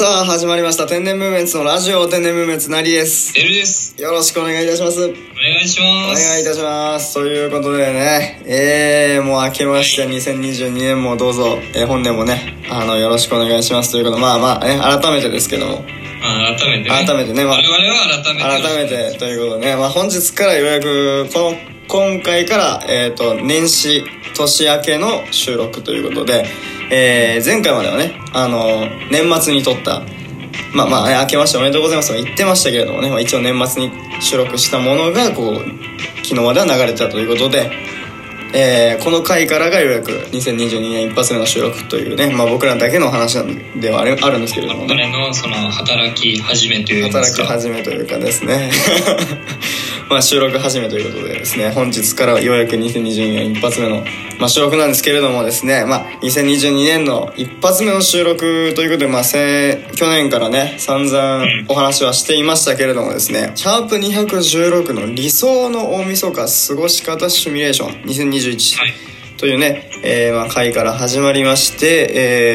さあ始まりました天然ムーブメンツのラジオ。天然ムーブメンツなりです。 エルです。 よろしくお願いいたします。お願いします。 お願いいたします。ということでね、もう明けまして2022年もどうぞ、本年もねよろしくお願いしますということで、改めてですけども、 改めてね、 我々 は改めてということでね、本日からようやく今回から年始年明けの収録ということで、前回まではね年末に撮った明けましておめでとうございますと言ってましたけれどもね、一応年末に収録したものが昨日までは流れてたということで、この回からがようやく2022年一発目の収録というね、僕らだけの話ではあるんですけれどもね、 我々のその働き始めというかですね収録始めということでですね、本日からようやく2022年一発目の、収録なんですけれどもですね、2022年の一発目の収録ということで、去年からね散々お話はしていましたけれどもですね、シャープ216の理想の大晦日過ごし方シミュレーション2021、というね、回から始まりまして、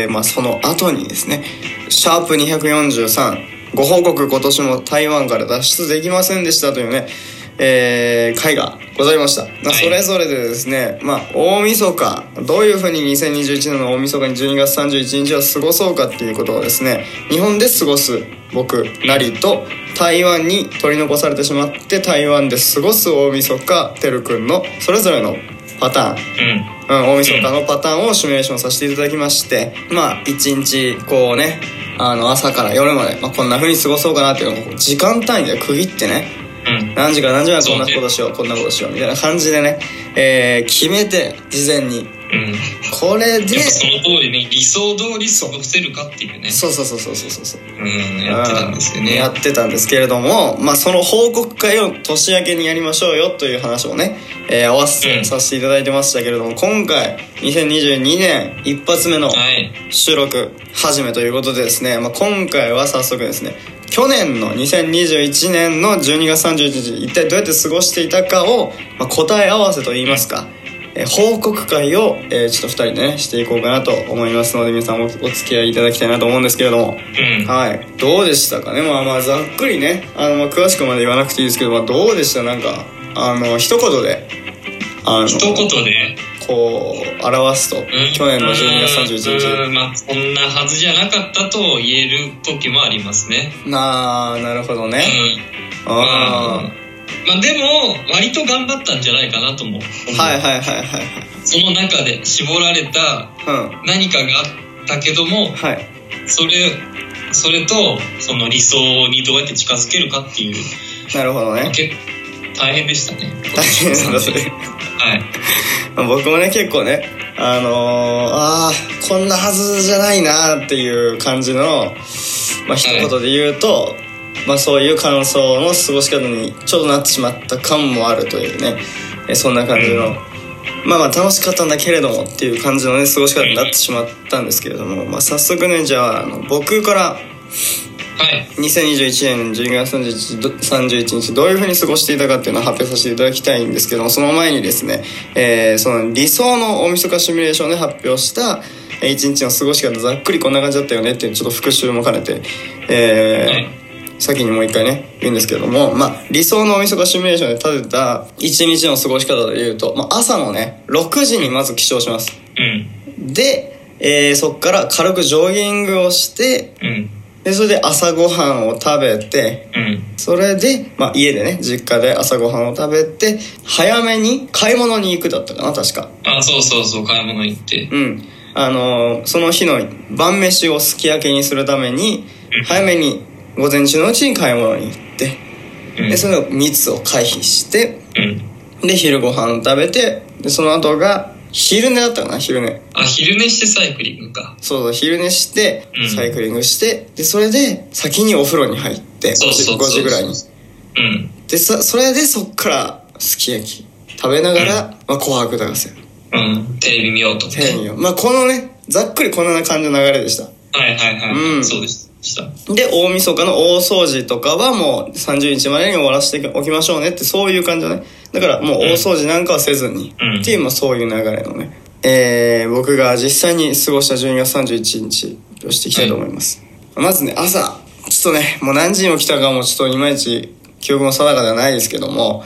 その後にですね、シャープ243ご報告、今年も台湾から脱出できませんでしたというね、回がございました。それぞれでですね、大晦日どういうふうに2021年の大晦日に12月31日を過ごそうかっていうことをですね、日本で過ごす僕なりと台湾に取り残されてしまって台湾で過ごす大晦日てるくんのそれぞれのパターン、大晦日のパターンをシミュレーションさせていただきまして、一日朝から夜まで、こんな風に過ごそうかなっていうのを時間単位で区切ってね、何時から何時までこんなことしようこんなことしようみたいな感じでね、決めて事前に、これでその通りね、理想通り過ごせるかっていうね、 そうやってたんですよね。 やってたんですけれども、その報告会を年明けにやりましょうよという話をね、合わせさせていただいてましたけれども、今回2022年一発目の収録始めということでですね、今回は早速ですね、去年の2021年の12月31日一体どうやって過ごしていたかを、答え合わせといいますか、報告会を、ちょっと2人でねしていこうかなと思いますので、皆さんお付き合いいただきたいなと思うんですけれども、どうでざっくりね、詳しくまで言わなくていいですけど、どうでした？一言で表すと、去年の12月31日、 こんなはずじゃなかったと言える時もありますね。 なるほどね。 でも割と頑張ったんじゃないかなと思う。その中で絞られた何かがあったけども、それとその理想にどうやって近づけるかっていう。 なるほどね。 結構大変でしたね。 大変なんだそれ。僕もね結構ねこんなはずじゃないなっていう感じの、一言で言うと、そういう感想の過ごし方にちょっとなってしまった感もあるというね、そんな感じの、楽しかったんだけれどもっていう感じのね過ごし方になってしまったんですけれども、早速ね、じゃあ僕から2021年12月31日どういう風に過ごしていたかっていうのを発表させていただきたいんですけども、その前にですね、その理想の大晦日シミュレーションで発表した一日の過ごし方、ざっくりこんな感じだったよねっていうちょっと復習も兼ねて、先にもう一回ね言うんですけども、理想の大晦日シミュレーションで立てた一日の過ごし方で言うと、朝のね6時にまず起床します、で、そっから軽くジョギングをして、でそれで朝ごはんを食べて、それで、家でね実家で朝ごはんを食べて早めに買い物に行くだったかな、確か。 そう買い物行って、 その日の晩飯をすき焼きにするために早めに午前中のうちに買い物に行って、でその密を回避して、で昼ごはん食べて、でその後が昼寝だったかな。昼寝してサイクリングか。 そう昼寝してサイクリングして、でそれで先にお風呂に入って5時ぐらいに、でそれでそっからすき焼き食べながら、紅白歌合戦、 テレビ見ようと、 このねざっくりこんな感じの流れでした。 そうでした。 で大晦日の大掃除とかはもう30日までに終わらせておきましょうねって、そういう感じのね、だからもう大掃除なんかはせずに、っていうそういう流れのね、僕が実際に過ごした12月31日をしていきたいと思います。 まずね、朝、ちょっとね、もう何時に起きたかもちょっといまいち記憶も定かではないですけども。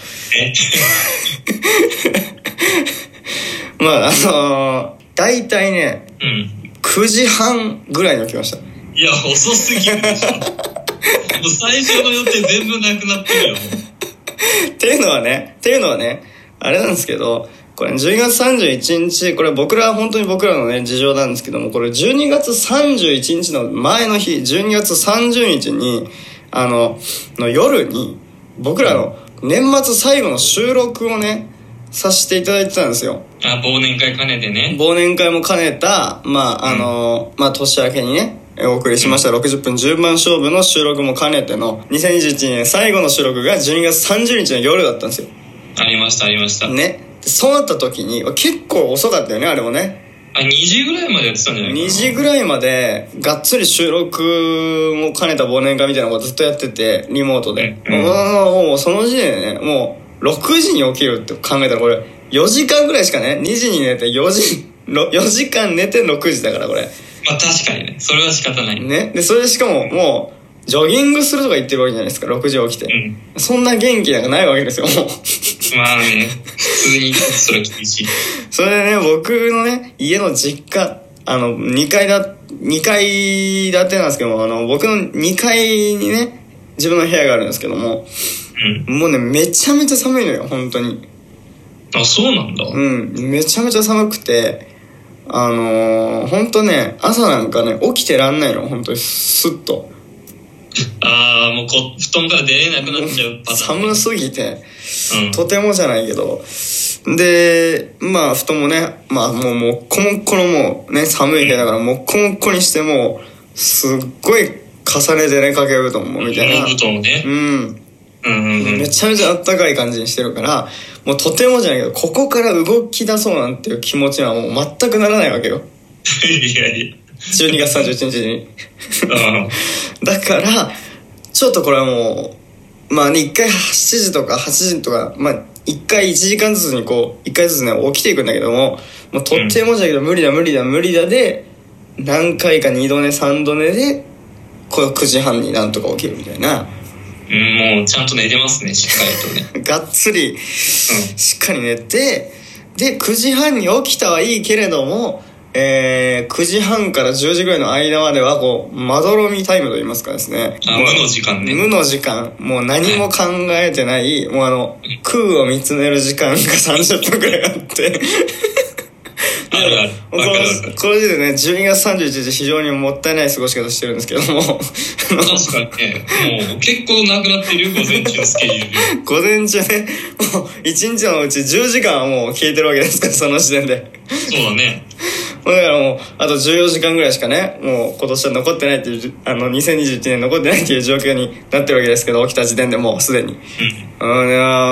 まあ、だいたいね、9時半ぐらいに起きました。 いや、遅すぎるでしょ。もう最初の予定全部なくなってるよ、もう。 っていうのはね、あれなんですけど、これ12月31日、これ本当に僕らのね、事情なんですけども、これ12月31日の前の日、12月30日に、の夜に、僕らの年末最後の収録をね、させていただいてたんですよ。 忘年会兼ねてね。 忘年会も兼ねた、年明けにね、お送りしました60分10番勝負の収録も兼ねての2021年最後の収録が12月30日の夜だったんですよ。 ありましたね。そうなった時に結構遅かったよね、あれもね。 2時ぐらいまでやってたんじゃないかな。 2時ぐらいまでがっつり収録も兼ねた忘年会みたいなことずっとやってて、リモートで、もうその時点でね、もう6時に起きるって考えたらこれ4時間ぐらいしかね、2時に寝て4時間寝て6時だからこれ。 確かにね、それは仕方ないね。でそれでしかももうジョギングするとか言ってるわけじゃないですか、6時起きて、そんな元気なんかないわけですよ。 まあね、普通にそれ厳しい。 それでね、僕のね、家の実家、2階建てなんですけども、僕の2階にね、自分の部屋があるんですけども、もうね、めちゃめちゃ寒いのよ、本当に。 そうなんだ。 めちゃめちゃ寒くて、本当ね、朝なんかね、起きてらんないの、本当にスッと。 もう布団から出れなくなっちゃうパターン。 寒すぎて、とてもじゃないけど。で、布団もね、もうもっこもっこのもうね、寒い部屋だからもっこもっこにしてもう、すっごい重ねてね、掛け布団もみたいな。 布団ね。 めちゃめちゃあったかい感じにしてるから、もうとてもじゃないけど、ここから動き出そうなんていう気持ちはもう全くならないわけよ。 いやいや。 12月31日に。だから、ちょっとこれはもう、1回7時とか8時とか、1回1時間ずつにこう、1回ずつね、起きていくんだけども、もうとってもじゃないけど、無理だで、何回か2度寝3度寝で、これ9時半になんとか起きるみたいな。 もうちゃんと寝てますね、しっかりとね。 がっつり、しっかり寝て、で、9時半に起きたはいいけれども、9時半から10時ぐらいの間まではこうまどろみタイムといいますかですね、 無の時間ね。 無の時間、もう何も考えてない、もう空を見つめる時間が30分ぐらいあってあるある。 この時でね、12月31日非常にもったいない過ごし方してるんですけども確かにね、もう結構なくなってるよ、午前中のスケジュール。 午前中ね、もう1日のうち10時間はもう消えてるわけですから、その時点で。 そうだね。 だからもうあと14時間ぐらいしかね、もう今年は残ってないっていう、2021年残ってないっていう状況になってるわけですけど、起きた時点でもうすでに、もう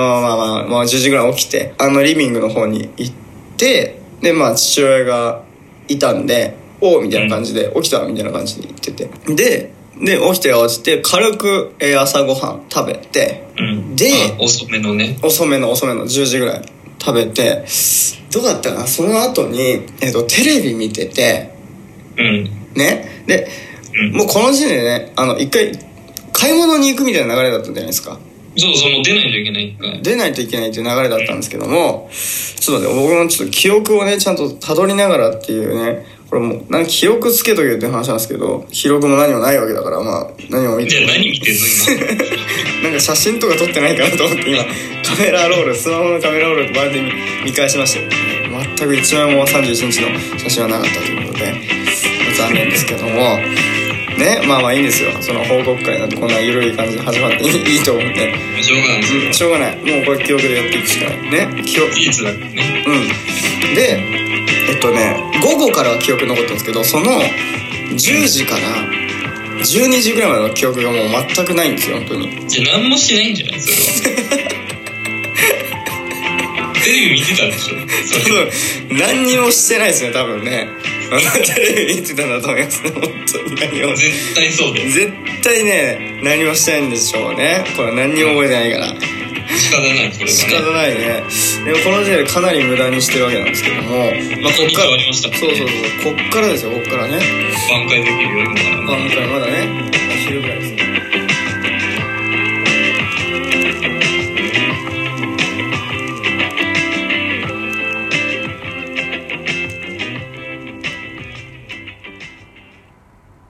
10時ぐらい起きてリビングの方に行って、で父親がいたんで、おうみたいな感じで、起きたみたいな感じで言ってて、で起きて落ちて軽く朝ごはん食べて、で遅めの 10時ぐらい食べて、どうだったかな、その後に、テレビ見てて、ね、で、もうこの時点でね、一回買い物に行くみたいな流れだったんじゃないですか。 そう、もう出ないといけない、 出ないといけないっていう流れだったんですけども、ちょっとね、僕のちょっと記憶をね、ちゃんと辿りながらっていうね、これもう記憶つけとけっていう話なんですけど、記録も何もないわけだから、何も見てない。 何見てんの今なんか写真とか撮ってないかなと思って、今カメラロール、スマホのカメラロールまるで見返しましたよ。全く1枚も31日の写真はなかったということで、残念ですけどもね、いいんですよ。その報告会なんてこんな緩い感じで始まっていいと思うんで、 しょうがないですよ。 しょうがない。もうこれ記憶でやっていくしかないね。 事実だからね。 で午後からは記憶残ったんですけど、その10時から12時ぐらいまでの記憶がもう全くないんですよ、本当に。 じゃあ何もしてないんじゃない、それは。テレビ見てたんでしょ。 何にもしてないですね、多分ね。テレビ見てたんだと思いますね、本当に。 絶対そうです。 絶対ね、何もしてないんでしょうね。これ何にも覚えてないから。 仕方ない、それはね。 仕方ないね。でもこの時点でかなり無駄にしてるわけなんですけども、まあ、こっから、そう、こっからですよ、こっからね。 挽回できるよ、今から。 挽回まだね、昼ぐらいですね。